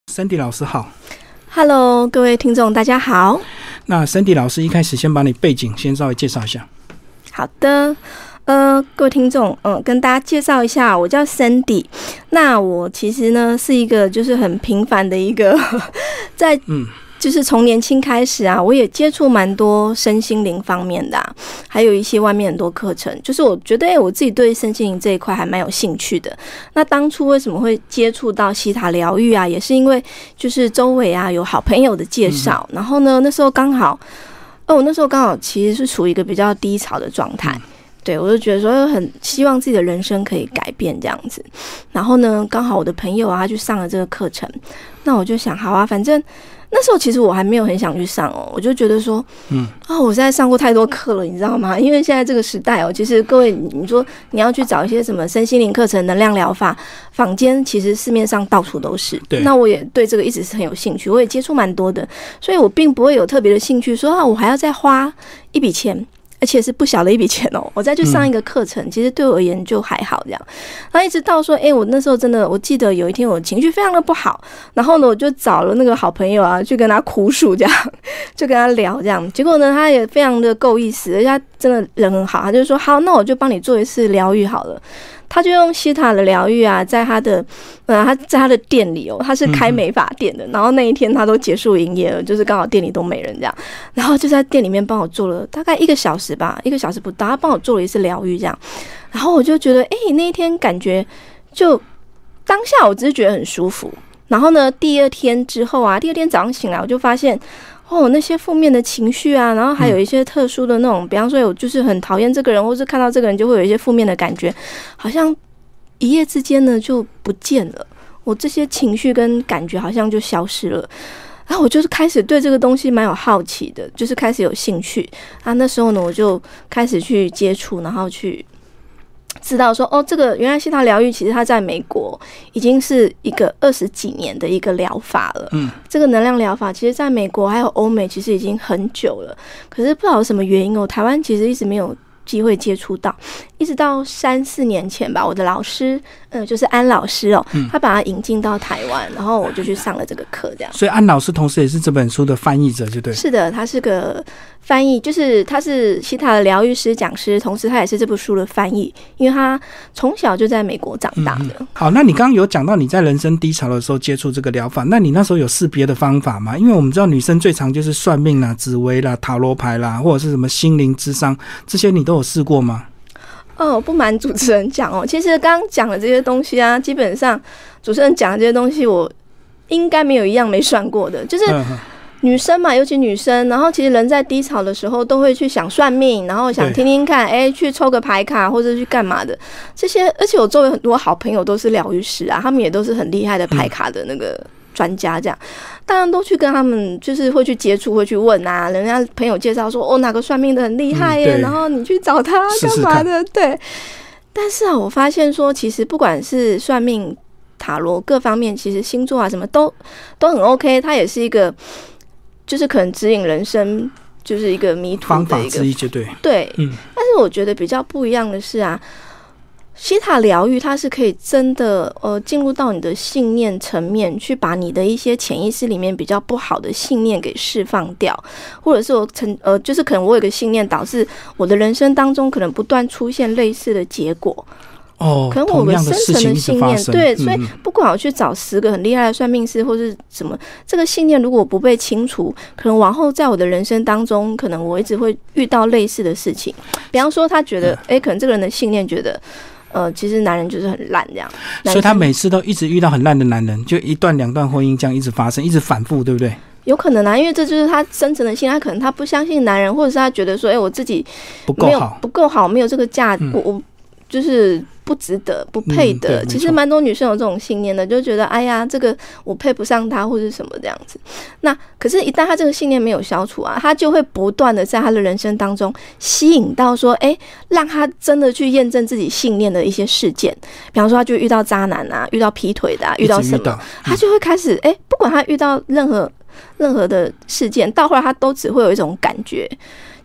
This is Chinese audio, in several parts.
Sandy 老师好。 Hello， 各位听众大家好。 那 Sandy 老师一开始先把你背景先稍微介绍一下。 好的，各位听众，跟大家介绍一下，我叫 Sandy。那我其实呢是一个就是很平凡的一个在就是从年轻开始啊，我也接触蛮多身心灵方面的还有一些外面很多课程，就是我觉得我自己对身心灵这一块还蛮有兴趣的。那当初为什么会接触到西塔疗愈啊，也是因为就是周围啊有好朋友的介绍，然后呢那时候刚好其实是处于一个比较低潮的状态。对，我就觉得说很希望自己的人生可以改变这样子，然后呢刚好我的朋友啊他去上了这个课程，那我就想好啊，反正那时候其实我还没有很想去上我就觉得说我现在上过太多课了，你知道吗？因为现在这个时代其实各位你说你要去找一些什么身心灵课程、能量疗法，坊间其实市面上到处都是。那我也对这个一直是很有兴趣，我也接触蛮多的，所以我并不会有特别的兴趣说我还要再花一笔钱，而且是不小的一笔钱我再去上一个课程，其实对我而言就还好这样。然后一直到说我那时候真的，我记得有一天我情绪非常的不好，然后呢我就找了那个好朋友啊去跟他哭诉这样，就跟他聊这样，结果呢他也非常的够意思，而且他真的人很好，他就说好，那我就帮你做一次疗愈好了。他就用西塔的疗愈啊，在他的店里他是开美发店的，然后那一天他都结束营业了，就是刚好店里都没人这样，然后就在店里面帮我做了大概1个小时吧，1个小时不到，他帮我做了一次疗愈这样，然后我就觉得那一天感觉就当下我只是觉得很舒服，然后呢第二天早上醒来我就发现那些负面的情绪啊，然后还有一些特殊的那种，比方说我就是很讨厌这个人，或是看到这个人就会有一些负面的感觉，好像一夜之间呢就不见了，我这些情绪跟感觉好像就消失了。然后我就是开始对这个东西蛮有好奇的，就是开始有兴趣那时候呢我就开始去接触，然后去知道说这个原来西塔疗愈其实它在美国已经是一个20几年的一个疗法了。这个能量疗法其实在美国还有欧美其实已经很久了，可是不知道有什么原因台湾其实一直没有机会接触到，一直到3-4年前吧，我的老师就是安老师他把他引进到台湾，然后我就去上了这个课这样。 所以安老师同时也是这本书的翻译者就对。 是的，他是个翻译，就是他是西塔的疗愈师讲师，同时他也是这部书的翻译，因为他从小就在美国长大的。 好，那你刚刚有讲到你在人生低潮的时候接触这个疗法，那你那时候有试别的方法吗？因为我们知道女生最常就是算命啦、紫微啦、塔罗牌啦，或者是什么心灵諮商，这些你都有试过吗？ 不瞒主持人讲其实刚刚讲的这些东西啊，基本上主持人讲的这些东西我应该没有一样没算过的，就是女生嘛，尤其女生，然后其实人在低潮的时候都会去想算命，然后想听听看去抽个牌卡或者去干嘛的这些，而且我周围很多好朋友都是疗愈师他们也都是很厉害的牌卡的那个专家这样，当然都去跟他们就是会去接触，会去问人家朋友介绍说哪个算命的很厉害耶，然后你去找他干嘛的。对，但是我发现说其实不管是算命、塔罗各方面，其实星座什么都很 OK， 它也是一个就是可能指引人生就是一个迷途的方法之一，就对。 对，但是我觉得比较不一样的是西塔疗愈它是可以真的进入到你的信念层面，去把你的一些潜意识里面比较不好的信念给释放掉，或者是就是可能我有个信念导致我的人生当中可能不断出现类似的结果可能我有个深层的信念，对，所以不管我去找10个很厉害的算命师或是什么，这个信念如果不被清除，可能往后在我的人生当中，可能我一直会遇到类似的事情。比方说他觉得可能这个人的信念觉得其实男人就是很烂这样， 所以他每次都一直遇到很烂的男人，就1段2段婚姻这样一直发生，一直反复，对不对？ 有可能因为这就是他深层的信念，他可能他不相信男人，或者是他觉得说我自己不够好，没有这个价值，我就是不值得、不配的。其实蛮多女生有这种信念的，就觉得哎呀，这个我配不上他，或是什么这样子。那可是，一旦他这个信念没有消除他就会不断的在他的人生当中吸引到说，让他真的去验证自己信念的一些事件。比方说，他就遇到渣男遇到劈腿的遇到什么，他就会开始不管他遇到任何的事件，到后来他都只会有一种感觉。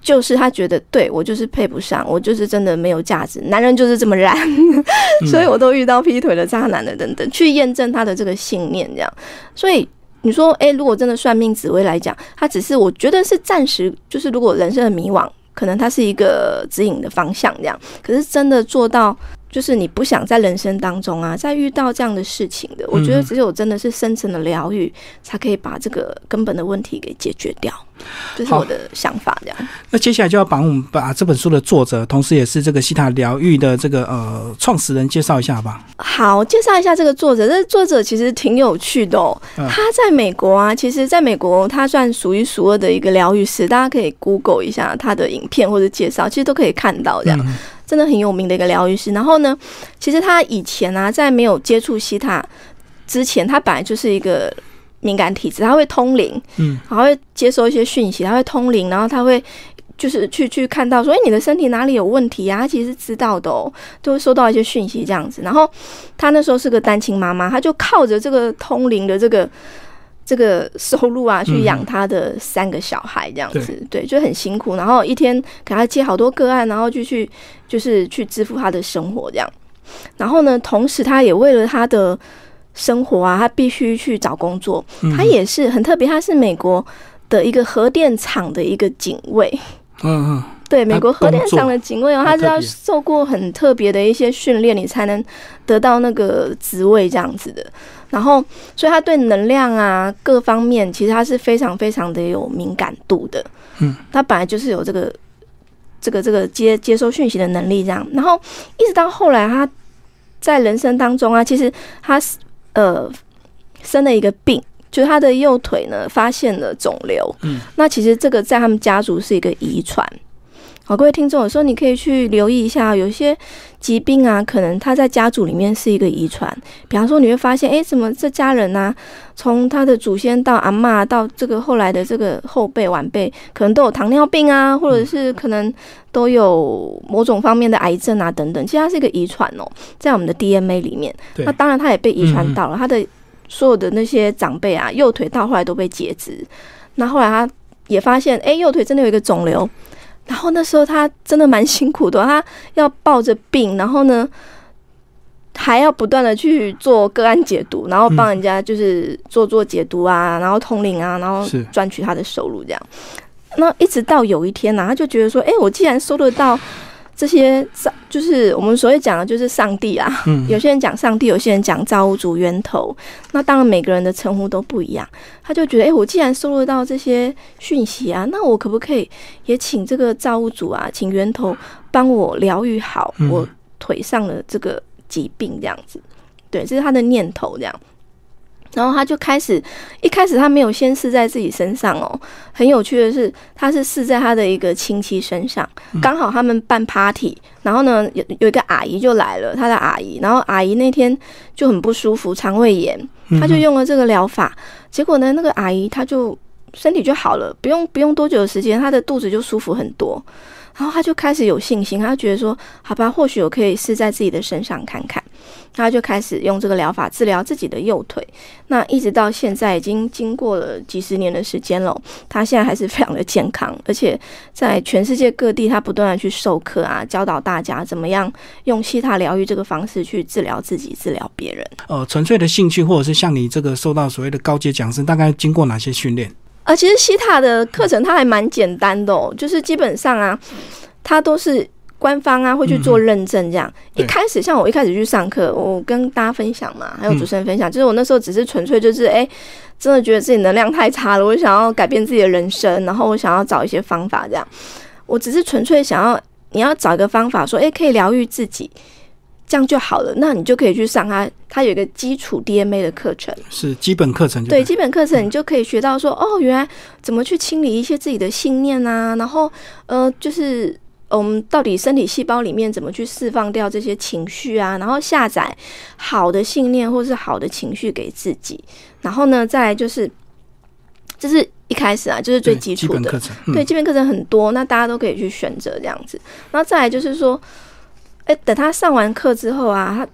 就是他觉得对我就是配不上，我就是真的没有价值，男人就是这么烂所以我都遇到劈腿的渣男的等等，去验证他的这个信念这样。所以你说如果真的算命紫微来讲，他只是我觉得是暂时，就是如果人生很迷惘，可能它是一个指引的方向这样。可是真的做到就是你不想在人生当中啊再遇到这样的事情的，我觉得只有真的是深层的疗愈才可以把这个根本的问题给解决掉，这是我的想法这样。 那接下来就要帮我们把这本书的作者，同时也是这个希塔疗愈的这个创始人介绍一下好不好？ 好，介绍一下这个作者。这作者其实挺有趣的哦。他在美国啊，其实在美国他算数一数二的一个疗愈师，大家可以 Google 一下他的影片或者介绍，其实都可以看到这样。真的很有名的一个疗愈师。然后呢，其实他以前啊，在没有接触希塔之前，他本来就是一个敏感体质，他会通灵，他会接收一些讯息，他会通灵，然后他会就是去看到说，你的身体哪里有问题啊？他其实是知道的哦，就会收到一些讯息这样子。然后他那时候是个单亲妈妈，他就靠着这个通灵的这个收入啊，去养他的3个小孩这样子，对，就很辛苦。然后一天给他接好多个案，然后就是去支付他的生活这样。然后呢，同时他也为了他的生活啊，他必须去找工作。他也是很特别，他是美国的一个核电厂的一个警卫。对，美国核电厂的警卫哦，他是要受过很特别的一些训练，你才能得到那个职位这样子的。然后，所以他对能量啊各方面，其实他是非常非常的有敏感度的。他本来就是有这个接收讯息的能力这样。然后一直到后来，他在人生当中啊，其实他生了一个病，就是他的右腿呢发现了肿瘤。那其实这个在他们家族是一个遗传。好，各位听众，有时候你可以去留意一下，有些疾病啊，可能他在家族里面是一个遗传。比方说，你会发现，怎么这家人啊，从他的祖先到阿嬷，到这个后来的这个后辈晚辈，可能都有糖尿病啊，或者是可能都有某种方面的癌症啊等等。其实它是一个遗传哦，在我们的 DNA 里面。那当然，他也被遗传到了，他的所有的那些长辈啊，右腿到后来都被截肢。那后来他也发现，右腿真的有一个肿瘤。然后那时候他真的蛮辛苦的，他要抱着病，然后呢还要不断的去做个案解读，然后帮人家就是做解读啊，然后通灵啊，然后赚取他的收入这样。那一直到有一天他就觉得说，我既然收得到这些，就是我们所谓讲的就是上帝啊，有些人讲上帝，有些人讲造物主源头，那当然每个人的称呼都不一样。他就觉得我既然收得到这些讯息啊，那我可不可以也请这个造物主啊，请源头帮我疗愈好我腿上的这个疾病这样子。对，这是他的念头这样。然后他就一开始他没有先试在自己身上哦，很有趣的是，他是试在他的一个亲戚身上，刚好他们办 party， 然后呢有一个阿姨就来了，他的阿姨，然后阿姨那天就很不舒服，肠胃炎，他就用了这个疗法，结果呢那个阿姨她就身体就好了，不用多久的时间，她的肚子就舒服很多。然后他就开始有信心，他觉得说好吧，或许我可以试在自己的身上看看。他就开始用这个疗法治疗自己的右腿，那一直到现在已经经过了几十年的时间了，他现在还是非常的健康，而且在全世界各地他不断的去授课啊，教导大家怎么样用希塔疗愈这个方式去治疗自己治疗别人。 纯粹的兴趣或者是像你这个受到所谓的高阶讲师，大概经过哪些训练？ 其实希塔的课程它还蛮简单的哦，就是基本上啊，它都是官方啊会去做认证这样。一开始像我一开始去上课，我跟大家分享嘛，还有主持人分享，就是我那时候只是纯粹就是真的觉得自己能量太差了，我想要改变自己的人生，然后我想要找一些方法这样。我只是纯粹想要你要找一个方法说可以疗愈自己，这样就好了，那你就可以去上它有一个基础 DMA 的课程， 是基本课程。 对，基本课程你就可以学到说原来怎么去清理一些自己的信念啊，然后就是我们到底身体细胞里面怎么去释放掉这些情绪啊，然后下载好的信念或是好的情绪给自己。然后呢再来就是这是一开始啊，就是最基础的基本课程。 对，基本课程很多，那大家都可以去选择这样子。然后再来就是说等他上完课之后啊，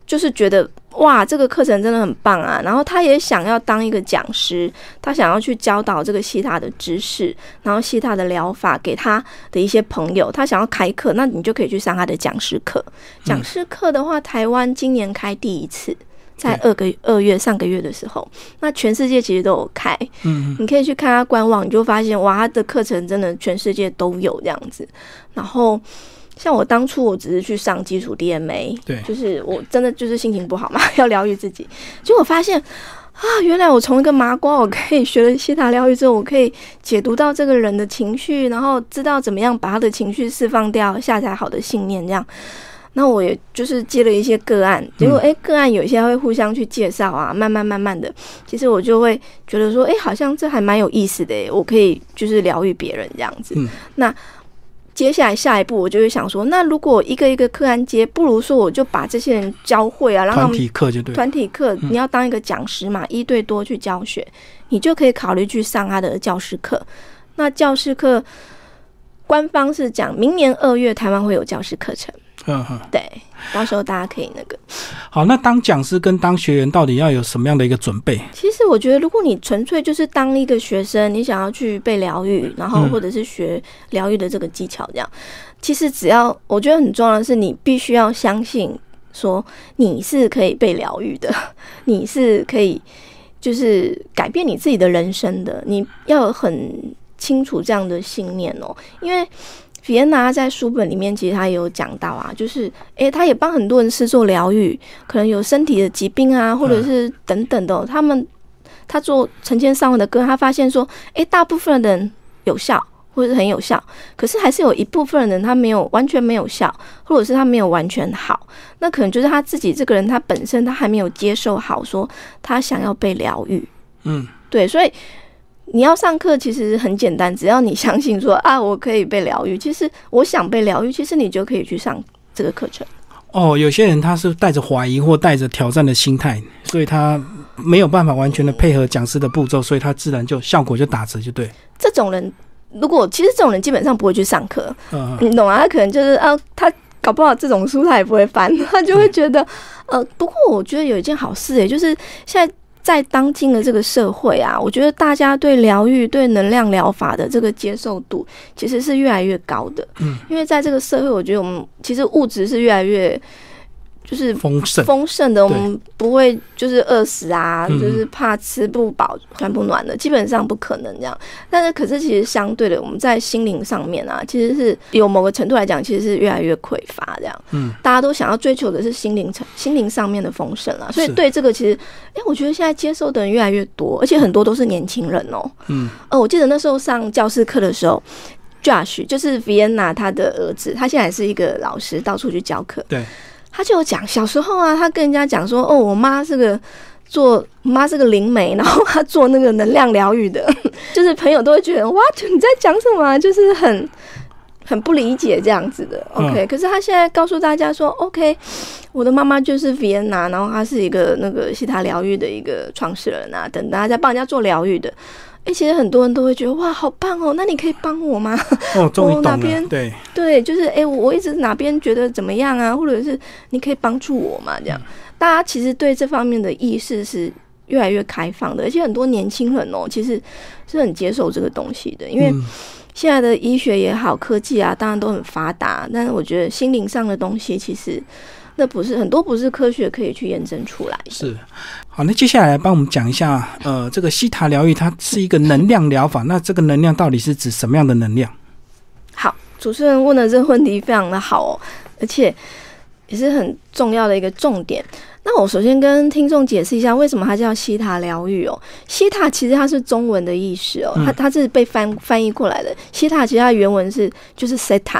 就是觉得哇，这个课程真的很棒啊，然后他也想要当一个讲师，他想要去教导这个西塔的知识，然后西塔的疗法给他的一些朋友，他想要开课，那你就可以去上他的讲师课。讲师课的话，台湾今年开第一次，在2月上个月的时候，那全世界其实都有开，你可以去看他官网，你就发现哇，他的课程真的全世界都有这样子。然后像我当初我只是去上基础 DMA， 对，就是我真的就是心情不好嘛，要疗愈自己，结果发现啊，原来我从一个麻瓜，我可以学了西塔疗愈之后，我可以解读到这个人的情绪，然后知道怎么样把他的情绪释放掉，下载好的信念这样。那我也就是接了一些个案，结果个案有一些会互相去介绍啊，慢慢的，其实我就会觉得说，好像这还蛮有意思的我可以就是疗愈别人这样子。那接下来下一步我就会想说，那如果一个一个个案接，不如说我就把这些人教会啊，让他们团体课就对， 团体课你要当一个讲师嘛，1对多去教学，你就可以考虑去上他的教师课。那教师课官方是讲明年2月台湾会有教师课程。对，到时候大家可以那个。 好，那当讲师跟当学员到底要有什么样的一个准备？ 其实我觉得，如果你纯粹就是当一个学生，你想要去被疗愈，然后或者是学疗愈的这个技巧，这样，其实只要我觉得很重要的是，你必须要相信说你是可以被疗愈的，你是可以就是改变你自己的人生的，你要有很清楚这样的信念哦，因为维恩娜在书本里面其实他也有讲到啊，就是他也帮很多人试做疗愈，可能有身体的疾病啊，或者是等等的他做成千上万的个案，他发现说大部分的人有效或者是很有效，可是还是有一部分人他没有完全没有效，或者是他没有完全好，那可能就是他自己这个人他本身他还没有接受好说他想要被疗愈。对，所以你要上课其实很简单，只要你相信说啊，我可以被疗愈，其实我想被疗愈，其实你就可以去上这个课程。 有些人他是带着怀疑或带着挑战的心态，所以他没有办法完全的配合讲师的步骤，所以他自然就效果就打折就对。 这种人其实这种人基本上不会去上课，你懂啊？他可能就是他搞不好这种书他也不会翻，他就会觉得不过我觉得有一件好事就是现在当今的这个社会啊，我觉得大家对疗愈、对能量疗法的这个接受度其实是越来越高的。因为在这个社会，我觉得我们其实物质是越来越就是丰盛的，我们不会就是饿死啊，就是怕吃不饱穿不暖的，基本上不可能这样。但是可是其实相对的，我们在心灵上面啊，其实是有某个程度来讲，其实是越来越匮乏这样。大家都想要追求的是心灵上面的丰盛啊，所以对这个其实我觉得现在接受的人越来越多，而且很多都是年轻人哦。我记得那时候上教师课的时候，Josh 就是 Vienna 他的儿子，他现在是一个老师，到处去教课。对。他就有讲小时候啊，他跟人家讲说，我妈是个灵媒，然后她做那个能量疗愈的，就是朋友都会觉得哇，你在讲什么啊？就是很不理解这样子的。OK，可是他现在告诉大家说 ，OK， 我的妈妈就是 Vienna， 然后她是一个那个西塔疗愈的一个创始人啊，等大家在帮人家做疗愈的。其实很多人都会觉得哇，好棒哦！那你可以帮我吗？ 终于懂了。 哪边对，就是我一直哪边觉得怎么样啊，或者是你可以帮助我嘛？这样，大家其实对这方面的意识是越来越开放的，而且很多年轻人其实是很接受这个东西的，因为现在的医学也好，科技啊，当然都很发达，但是我觉得心灵上的东西其实。那不是科学可以去验证出来的。是， 好，那接下来帮我们讲一下，这个西塔疗愈它是一个能量疗法，那这个能量到底是指什么样的能量？ 好，主持人问的这个问题非常的好哦，而且也是很重要的一个重点。那我首先跟听众解释一下，为什么它叫西塔疗愈哦？西塔其实它是中文的意思哦，它是被翻译过来的。西塔其实它的原文就是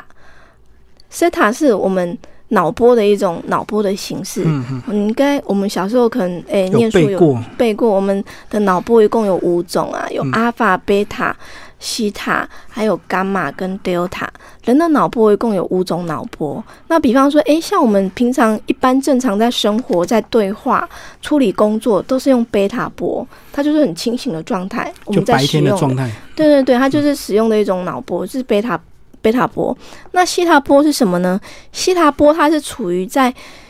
Theta 是我们脑波的一种脑波的形式。我们小时候可能念书有背过，我们的脑波一共有5种啊，有阿法、贝塔、西塔，还有伽马跟 delta。人的脑波一共有5种脑波。那比方说像我们平常一般正常在生活、在对话、处理工作，都是用贝塔波，它就是很清醒的状态，我们在使用的，就白天的状态。对，它就是使用的一种脑波，是贝塔波。那西塔波是什么呢？西塔波它是处于在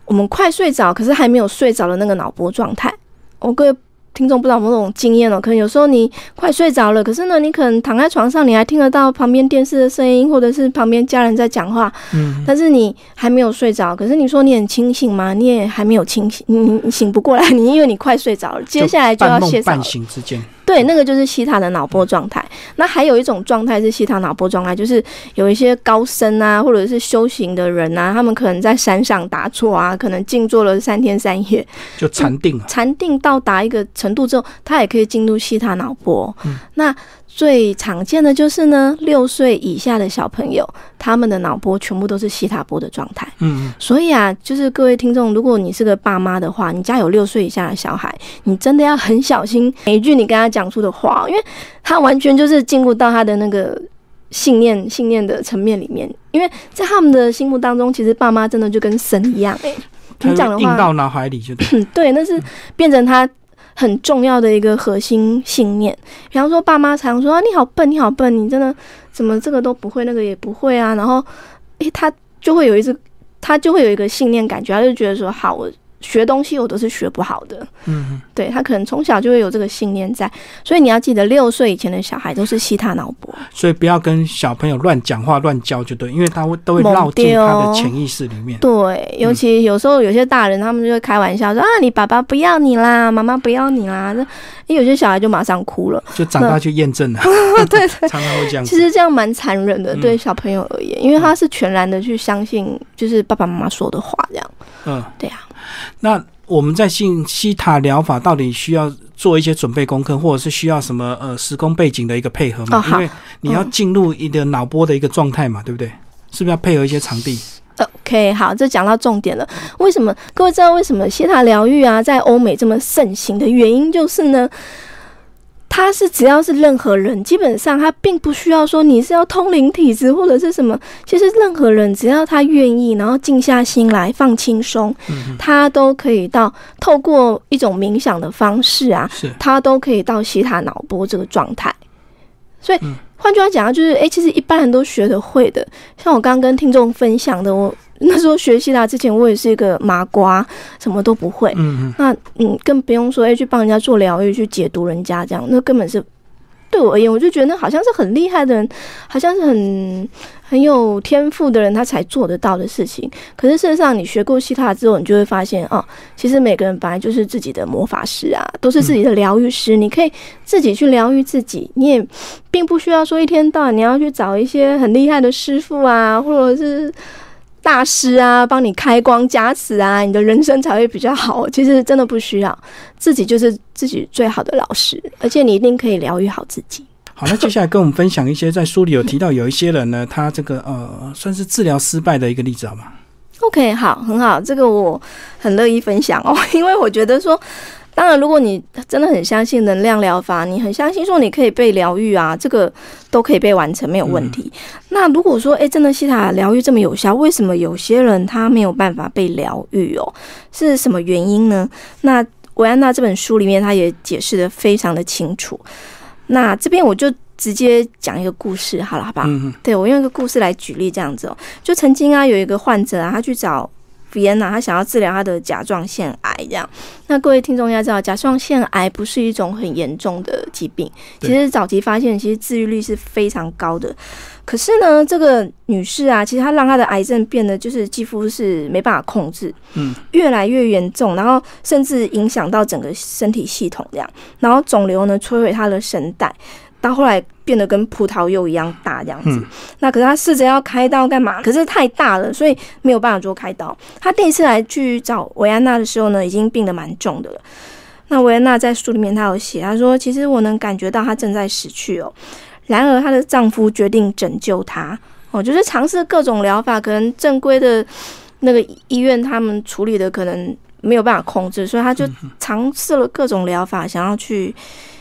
我们快睡着，可是还没有睡着的那个脑波状态。各位听众不知道有没有这种经验可能有时候你快睡着了，可是呢，你可能躺在床上，你还听得到旁边电视的声音，或者是旁边家人在讲话，但是你还没有睡着。可是你说你很清醒吗？你也还没有清醒，你醒不过来，因为你快睡着了，接下来就要歇着了。 半梦半醒之间。 对，那个就是西塔的脑波状态。那还有一种状态是西塔脑波状态，就是有一些高僧啊，或者是修行的人啊，他们可能在山上打坐啊，可能静坐了3天3夜， 就禅定了。 禅定到达一个程度之后，他也可以进入西塔脑波。那最常见的就是呢，6岁以下的小朋友，他们的脑波全部都是西塔波的状态。所以啊，就是各位听众，如果你是个爸妈的话，你家有6岁以下的小孩，你真的要很小心每一句你跟他讲出的话，因为他完全就是进入到他的那个信念的层面里面。因为在他们的心目当中，其实爸妈真的就跟神一样。你讲的话印到脑海里就对。 对，那是变成他很重要的一个核心信念。比方说爸妈常说你好笨，你好笨，你真的怎么这个都不会，那个也不会啊。然后他就会有一个信念感觉，他就觉得说好，我学东西我都是学不好的。对，他可能从小就会有这个信念在。所以你要记得6岁以前的小孩都是西塔脑波， 所以不要跟小朋友乱讲话乱教就对，因为他都会绕进他的潜意识里面。 对，尤其有时候有些大人他们就会开玩笑说你爸爸不要你啦，妈妈不要你啦，有些小孩就马上哭了， 就长大去验证了。 对， 常常会这样子。 其实这样蛮残忍的，对小朋友而言，因为他是全然的去相信就是爸爸妈妈说的话这样。对啊。 那我们在西塔疗法到底需要做一些准备功课，或者是需要什么时空背景的一个配合吗？因为你要进入一个脑波的一个状态嘛，对不对？是不是要配合一些场地 ？OK， 好，这讲到重点了。为什么各位知道为什么西塔疗愈啊在欧美这么盛行的原因就是呢？他是只要是任何人，基本上他并不需要说你是要通灵体质或者是什么，其实任何人只要他愿意，然后静下心来放轻松，他都可以透过一种冥想的方式啊，他都可以到西塔脑波这个状态。所以换句话讲，就是其实一般人都学得会的。像我刚刚跟听众分享的，我那时候学西塔之前，我也是一个麻瓜，什么都不会。那更不用说去帮人家做疗愈，去解读人家这样，那根本是对我而言，我就觉得那好像是很厉害的人，好像是很有天赋的人他才做得到的事情。可是事实上，你学过西塔之后，你就会发现其实每个人本来就是自己的魔法师啊，都是自己的疗愈师。你可以自己去疗愈自己，你也并不需要说一天到晚你要去找一些很厉害的师傅啊，或者是大师啊，帮你开光加持啊，你的人生才会比较好。其实真的不需要，自己就是自己最好的老师，而且你一定可以疗愈好自己。 好，那接下来跟我们分享一些在书里有提到有一些人呢，他这个算是治疗失败的一个例子好吗？ OK， 好，很好，这个我很乐意分享因为我觉得说，当然如果你真的很相信能量疗法，你很相信说你可以被疗愈啊，这个都可以被完成，没有问题。那如果说真的西塔疗愈这么有效，为什么有些人他没有办法被疗愈是什么原因呢？那维安娜这本书里面他也解释得非常的清楚。那这边我就直接讲一个故事好了，好不好？对，我用一个故事来举例这样子就曾经有一个患者他去找Vienna， 他想要治疗他的甲状腺癌这样。那各位听众要知道，甲状腺癌不是一种很严重的疾病，其实早期发现其实治愈率是非常高的。可是呢，这个女士啊，其实她让她的癌症变得就是几乎是没办法控制，越来越严重，然后甚至影响到整个身体系统这样，然后肿瘤呢摧毁她的声带，到后来变得跟葡萄柚一样大这样子。那可是他试着要开刀干嘛？可是太大了，所以没有办法做开刀。他第一次来去找维安娜的时候呢，已经病得蛮重的了。那维安娜在书里面她有写，她说其实我能感觉到她正在死去然而她的丈夫决定拯救她就是尝试各种疗法，可能正规的那个医院他们处理的可能没有办法控制，所以他就尝试了各种疗法，想要去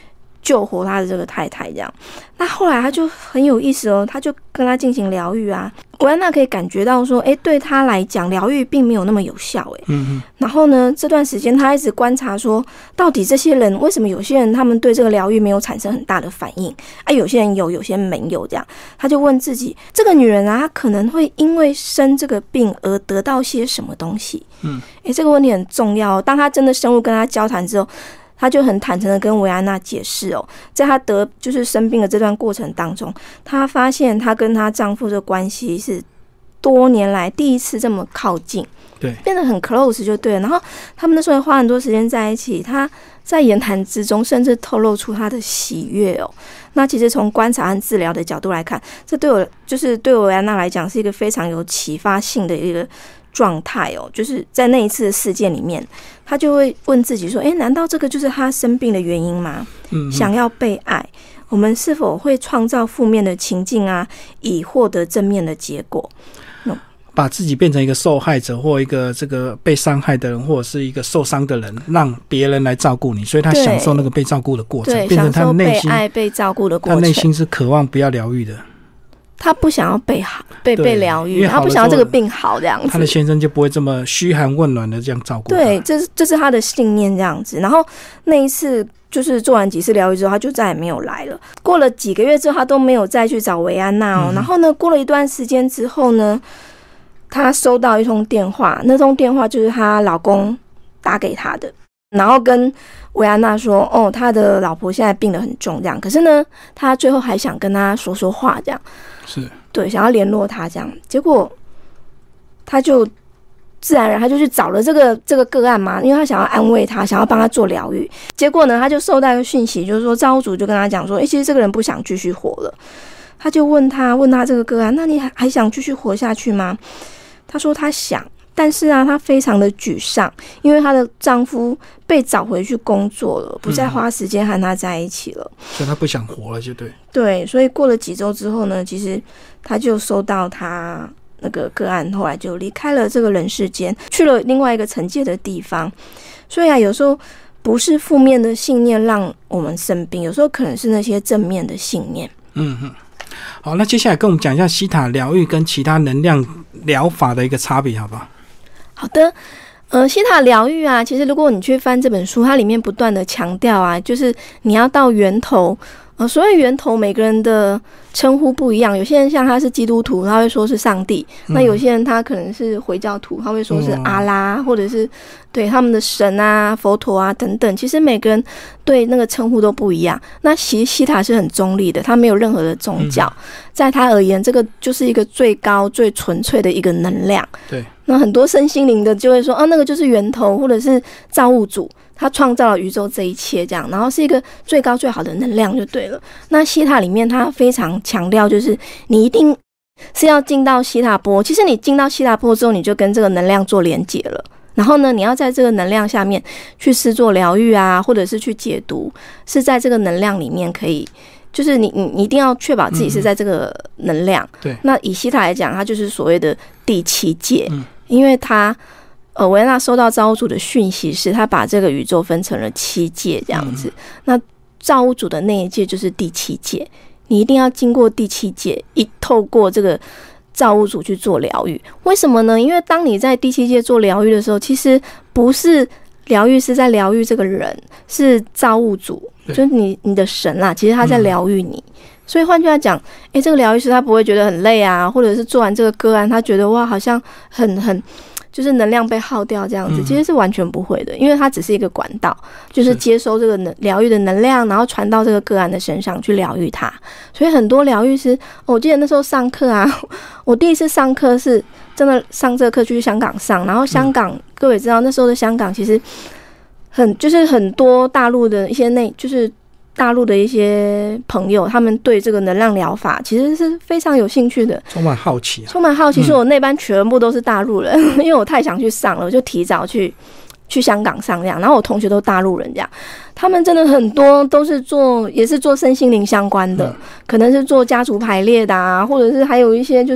救活他的这个太太这样。那后来他就很有意思哦，他就跟他进行疗愈啊。维安娜可以感觉到说，对他来讲疗愈并没有那么有效然后呢，这段时间他一直观察说，到底这些人为什么有些人他们对这个疗愈没有产生很大的反应有些人有，有些人没有这样。他就问自己，这个女人啊，她可能会因为生这个病而得到些什么东西？这个问题很重要。当他真的深入跟他交谈之后，他就很坦诚的跟维安娜解释在他就是生病的这段过程当中，他发现他跟他丈夫的关系是多年来第一次这么靠近， 对， 变得很 close 就对了。然后他们那时候花很多时间在一起，他在言谈之中甚至透露出他的喜悦那其实从观察和治疗的角度来看，这对维安娜来讲是一个非常有启发性的一个状态就是在那一次的事件里面，他就会问自己说，难道这个就是他生病的原因吗？想要被爱，我们是否会创造负面的情境啊，以获得正面的结果？ 把自己变成一个受害者，或一个这个被伤害的人，或者是一个受伤的人，让别人来照顾你，所以他享受那个被照顾的过程，变成他的内心被爱、被照顾的过程。 他内心是渴望不要疗愈的。 他不想要被疗愈，他不想要这个病好这样子， 他的先生就不会这么嘘寒问暖的这样照顾他。 对，这是他的信念这样子。然后那一次就是做完几次疗愈之后，他就再也没有来了。过了几个月之后，他都没有再去找维安娜然后呢，过了一段时间之后呢，他收到一通电话，那通电话就是她老公打给他的，然后跟维安娜说，他的老婆现在病得很重这样，可是呢，他最后还想跟他说说话这样。 是， 对，想要联络他这样，结果他就自然而然他就去找了这个个案嘛，因为他想要安慰他，想要帮他做疗愈。结果呢，他就收到一个讯息，就是说造物主就跟他讲说，其实这个人不想继续活了。他就问他这个个案，那你还想继续活下去吗？他说他想，但是啊，她非常的沮丧，因为她的丈夫被找回去工作了，不再花时间和她在一起了， 所以她不想活了，就对。 对，所以过了几周之后呢，其实她就收到她那个个案，后来就离开了这个人世间，去了另外一个层级的地方。所以啊，有时候不是负面的信念让我们生病，有时候可能是那些正面的信念。 好，那接下来跟我们讲一下西塔疗愈跟其他能量疗法的一个差别，好不好？ 好的，西塔疗愈啊，其实如果你去翻这本书，它里面不断的强调啊，就是你要到源头。所谓源头，每个人的称呼不一样。有些人像他是基督徒，他会说是上帝；那有些人他可能是回教徒，他会说是阿拉，或者是对他们的神啊、佛陀啊等等。其实每个人对那个称呼都不一样。那其实西塔是很中立的，他没有任何的宗教，在他而言，这个就是一个最高、最纯粹的一个能量。 对。 那很多身心灵的就会说，那个就是源头，或者是造物主。他创造了宇宙这一切，这样，然后是一个最高最好的能量就对了。那西塔里面，他非常强调，就是你一定是要进到西塔波。其实你进到西塔波之后，你就跟这个能量做连结了。然后呢，你要在这个能量下面去施作疗愈啊，或者是去解读，是在这个能量里面可以，就是你一定要确保自己是在这个能量。 对。 那以西塔来讲，它就是所谓的第七界，因为它。维安娜收到造物主的讯息是，他把这个宇宙分成了7界这样子。那造物主的那一界就是第7界，你一定要经过第7界，透过这个造物主去做疗愈。为什么呢？因为当你在第7界做疗愈的时候，其实不是疗愈师在疗愈这个人，是造物主，就是你的神啦。其实他在疗愈你。所以换句话讲，这个疗愈师他不会觉得很累啊，或者是做完这个个案，他觉得哇，好像很。就是能量被耗掉这样子，其实是完全不会的，因为它只是一个管道，就是接收这个疗愈的能量，然后传到这个个案的身上去疗愈它。所以很多疗愈师，我记得那时候上课啊，我第一次上课是真的上这个课去香港上，然后香港各位知道那时候的香港其实就是很多大陆的一些就是大陆的一些朋友，他们对这个能量疗法其实是非常有兴趣的，充满好奇。所以我那班全部都是大陆人，因为我太想去上了，我就提早去香港上这样。然后我同学都大陆人这样，他们真的很多都是也是做身心灵相关的，可能是做家族排列的啊，或者是还有一些就是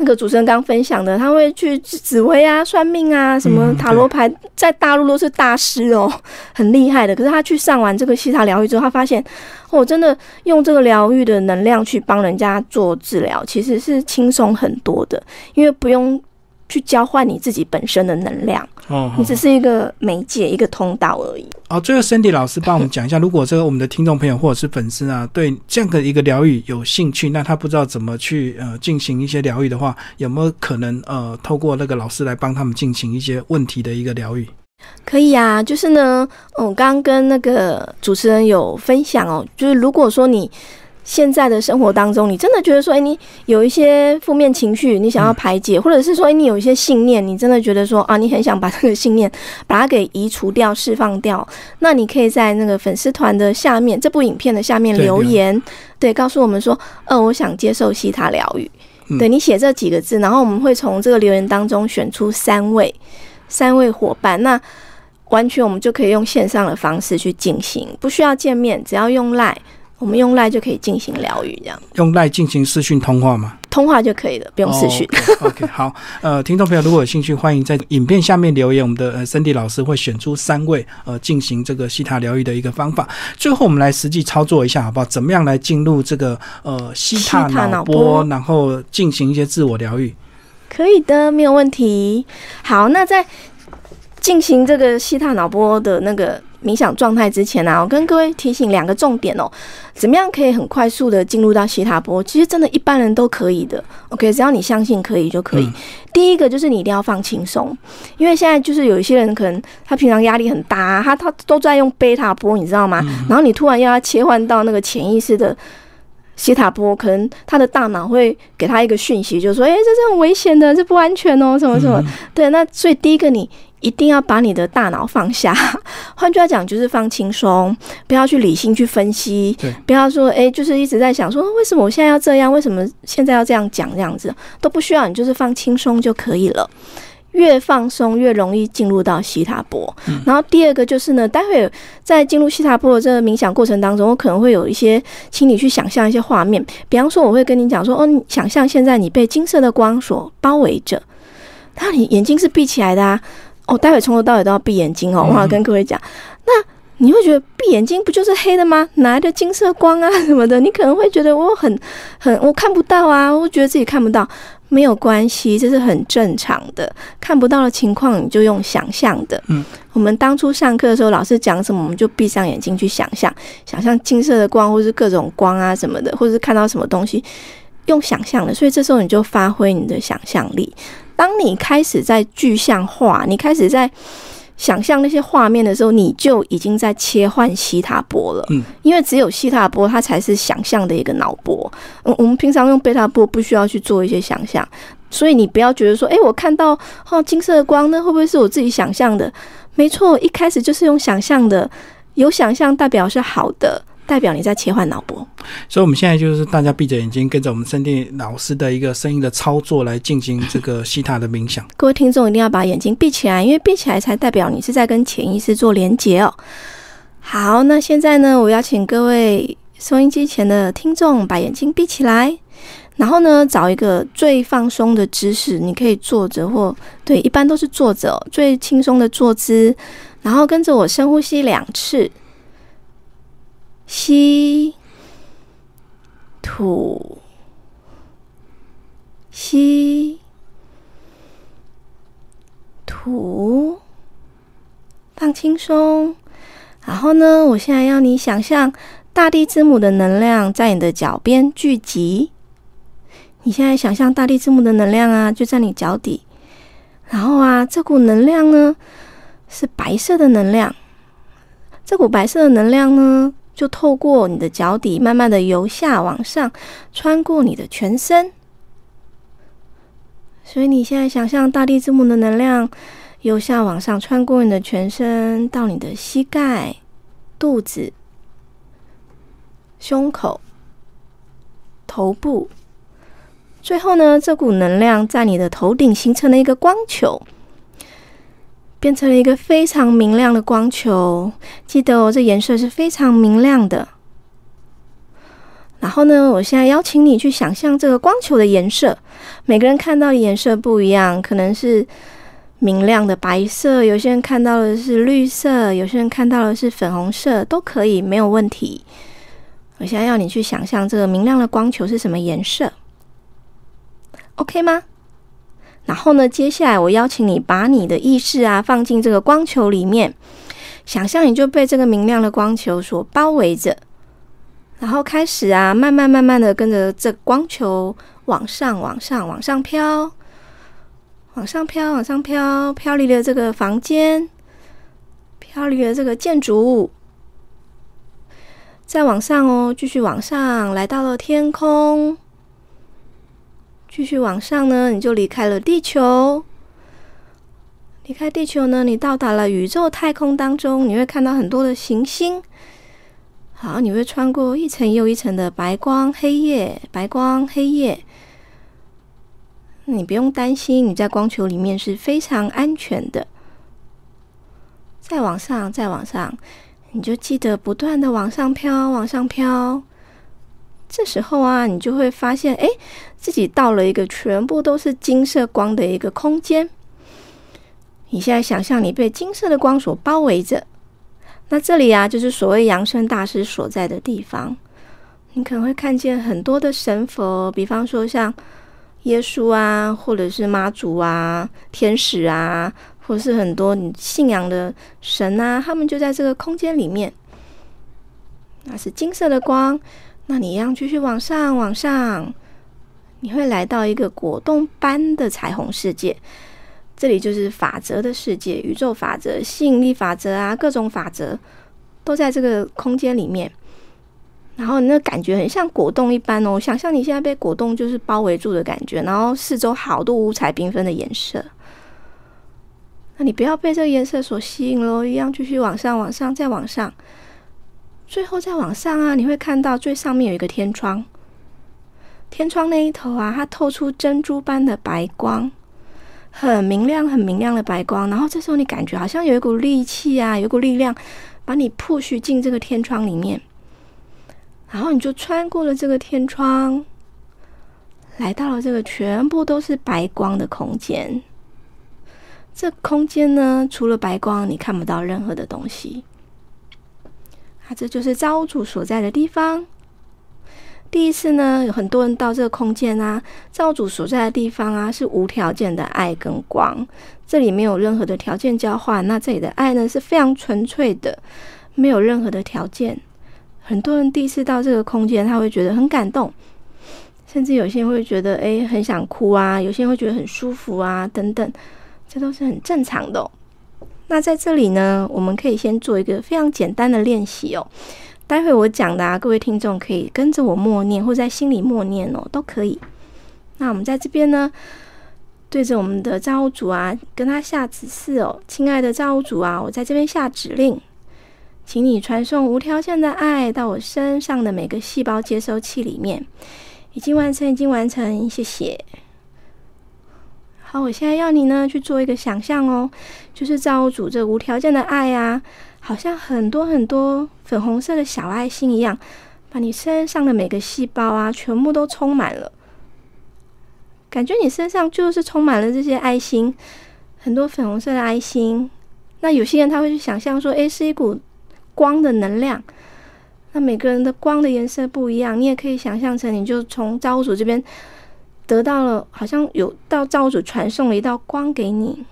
那个主持人刚分享的，他会去紫微啊、算命啊、什么塔罗牌，在大陆都是大师哦，很厉害的。可是他去上完这个西塔疗愈之后，他发现真的用这个疗愈的能量去帮人家做治疗，其实是轻松很多的，因为不用去交换你自己本身的能量，你只是一个媒介、一个通道而已。 最后 Sandy 老师帮我们讲一下，如果这个我们的听众朋友或者是粉丝啊，对这样的一个疗愈有兴趣，那他不知道怎么去进行一些疗愈的话，有没有可能透过那个老师来帮他们进行一些问题的一个疗愈？ 可以啊，就是呢，我刚刚跟那个主持人有分享就是如果说你现在的生活当中，你真的觉得说，你有一些负面情绪，你想要排解，或者是说，你有一些信念，你真的觉得说你很想把这个信念把它给移除掉、释放掉，那你可以在那个粉丝团的下面，这部影片的下面留言，对，告诉我们说，我想接受西塔疗愈。对，你写这几个字，然后我们会从这个留言当中选出三位伙伴，那完全我们就可以用线上的方式去进行，不需要见面，只要用 LINE。我们用 LINE 就可以进行疗愈，这样用 LINE 进行视讯通话吗？ 通话就可以了，不用视讯。 OK， 好，听众朋友如果有兴趣，欢迎在影片下面留言，我们的Sandy老师会选出3位进行这个西塔疗愈的一个方法。最后我们来实际操作一下好不好？怎么样来进入这个西塔脑波，然后进行一些自我疗愈？ 可以的，没有问题。好，那在进行这个西塔脑波的那个冥想状态之前我跟各位提醒2个重点怎么样可以很快速的进入到西塔波？其实真的一般人都可以的 ，OK， 只要你相信可以就可以。第一个就是你一定要放轻松，因为现在就是有一些人可能他平常压力很大他都在用贝塔波，你知道吗？然后你突然要他切换到那个潜意识的西塔波，可能他的大脑会给他一个讯息，就说这是很危险的，这不安全什么什么。对，那所以第一个你一定要把你的大脑放下，换句话讲就是放轻松，不要去理性去分析，不要说就是一直在想说为什么我现在要这样，为什么现在要这样讲，这样子都不需要，你就是放轻松就可以了。越放松越容易进入到西塔波。然后第二个就是呢，待会在进入西塔波的这个冥想过程当中，我可能会有一些请你去想象一些画面，比方说我会跟你讲说你想象现在你被金色的光所包围着，那你眼睛是闭起来的待会从头到尾都要闭眼睛我要跟各位讲。那你会觉得闭眼睛不就是黑的吗？哪来的金色光啊什么的？你可能会觉得我看不到我觉得自己看不到。没有关系，这是很正常的。看不到的情况，你就用想象的。我们当初上课的时候，老师讲什么，我们就闭上眼睛去想象金色的光，或是各种光啊什么的，或是看到什么东西，用想象的。所以这时候你就发挥你的想象力。当你开始在具象化，你开始在想象那些画面的时候，你就已经在切换西塔波了。因为只有西塔波它才是想象的一个脑波。我们平常用贝塔波不需要去做一些想象，所以你不要觉得说我看到金色的光，那会不会是我自己想象的？没错，一开始就是用想象的，有想象代表是好的，代表你在切换脑波。 所以我们现在就是大家闭着眼睛，跟着我们Sandy老师的一个声音的操作来进行这个西塔的冥想。 各位听众一定要把眼睛闭起来，因为闭起来才代表你是在跟潜意识做连结好，那现在呢，我邀请各位收音机前的听众把眼睛闭起来，然后呢找一个最放松的姿势，你可以坐着或对，一般都是坐着最轻松的坐姿，然后跟着我深呼吸2次，吸吐，吸吐，放轻松。然后呢，我现在要你想象大地之母的能量在你的脚边聚集。你现在想象大地之母的能量就在你脚底，然后这股能量呢是白色的能量，这股白色的能量呢就透过你的脚底慢慢的由下往上穿过你的全身。所以你现在想象大地之母的能量由下往上穿过你的全身，到你的膝盖、肚子、胸口、头部，最后呢，这股能量在你的头顶形成了一个光球，变成了一个非常明亮的光球。记得这颜色是非常明亮的。 然后呢，我现在邀请你去想象这个光球的颜色，每个人看到的颜色不一样，可能是明亮的白色，有些人看到的是绿色，有些人看到的是粉红色，都可以，没有问题。我现在要你去想象这个明亮的光球是什么颜色 ，OK 吗？然后呢，接下来我邀请你把你的意识啊放进这个光球里面，想象你就被这个明亮的光球所包围着，然后开始啊慢慢的跟着这光球往上飘，往上飘，飘离了这个房间，飘离了这个建筑物，再往上哦，继续往上，来到了天空。继续往上呢，你就离开了地球。离开地球呢，你到达了宇宙太空当中，你会看到很多的行星。好，你会穿过一层又一层的白光黑夜，白光黑夜。你不用担心，你在光球里面是非常安全的。再往上，你就记得不断的往上飘。这时候啊，你就会发现，自己到了一个全部都是金色光的一个空间。你现在想象你被金色的光所包围着，那这里啊，就是所谓扬升大师所在的地方。你可能会看见很多的神佛，比方说像耶稣啊，或者是妈祖啊、天使啊，或是很多你信仰的神啊，他们就在这个空间里面。那是金色的光。那你一样继续往上，你会来到一个果冻般的彩虹世界。这里就是法则的世界，宇宙法则、吸引力法则啊，各种法则都在这个空间里面。然后你那感觉很像果冻一般哦，想象你现在被果冻就是包围住的感觉，然后四周好多五彩缤纷的颜色。那你不要被这个颜色所吸引咯，一样继续往上，再往上。最后再往上啊，你会看到最上面有一个天窗，天窗那一头啊，它透出珍珠般的白光，很明亮的白光。然后这时候你感觉好像有一股力气啊，有一股力量把你 push 进这个天窗里面，然后你就穿过了这个天窗，来到了这个全部都是白光的空间。这空间呢，除了白光，你看不到任何的东西。这就是造物主所在的地方。第一次呢，有很多人到这个空间啊，造物主所在的地方啊，是无条件的爱跟光，这里没有任何的条件交换。那这里的爱呢，是非常纯粹的，没有任何的条件。很多人第一次到这个空间，他会觉得很感动，甚至有些人会觉得很想哭啊，有些人会觉得很舒服啊，等等，这都是很正常的哦。那在这里呢，我们可以先做一个非常简单的练习哦。待会我讲的各位听众可以跟着我默念，或在心里默念哦，都可以。那我们在这边呢，对着我们的造物主啊，跟他下指示哦。亲爱的造物主啊，我在这边下指令，请你传送无条件的爱到我身上的每个细胞接收器里面。已经完成，谢谢。好，我现在要你呢去做一个想象哦，就是造物主这无条件的爱啊，好像很多很多粉红色的小爱心一样，把你身上的每个细胞啊全部都充满了。感觉你身上就是充满了这些爱心，很多粉红色的爱心。那有些人他会去想象说，是一股光的能量。那每个人的光的颜色不一样，你也可以想象成你就从造物主这边得到了，好像有到造物主传送了一道光给你，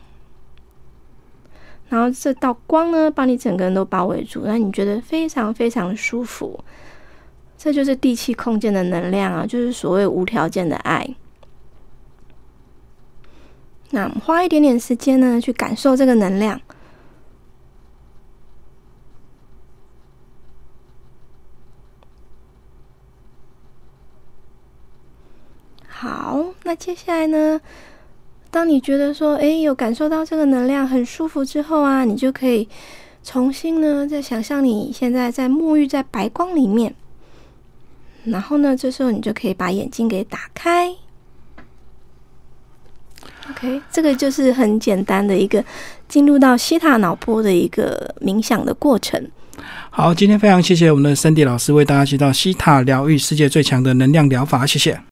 然后这道光呢把你整个人都包围住，让你觉得非常非常的舒服。这就是第七空间的能量啊，就是所谓无条件的爱。那我们花一点点时间呢去感受这个能量。好，那接下来呢，当你觉得说有感受到这个能量很舒服之后啊，你就可以重新呢再想象你现在在沐浴在白光里面，然后呢这时候你就可以把眼睛给打开。 OK， 这个就是很简单的一个进入到西塔脑波的一个冥想的过程。 好，今天非常谢谢我们的Sandy老师为大家介绍西塔疗愈世界最强的能量疗法，谢谢。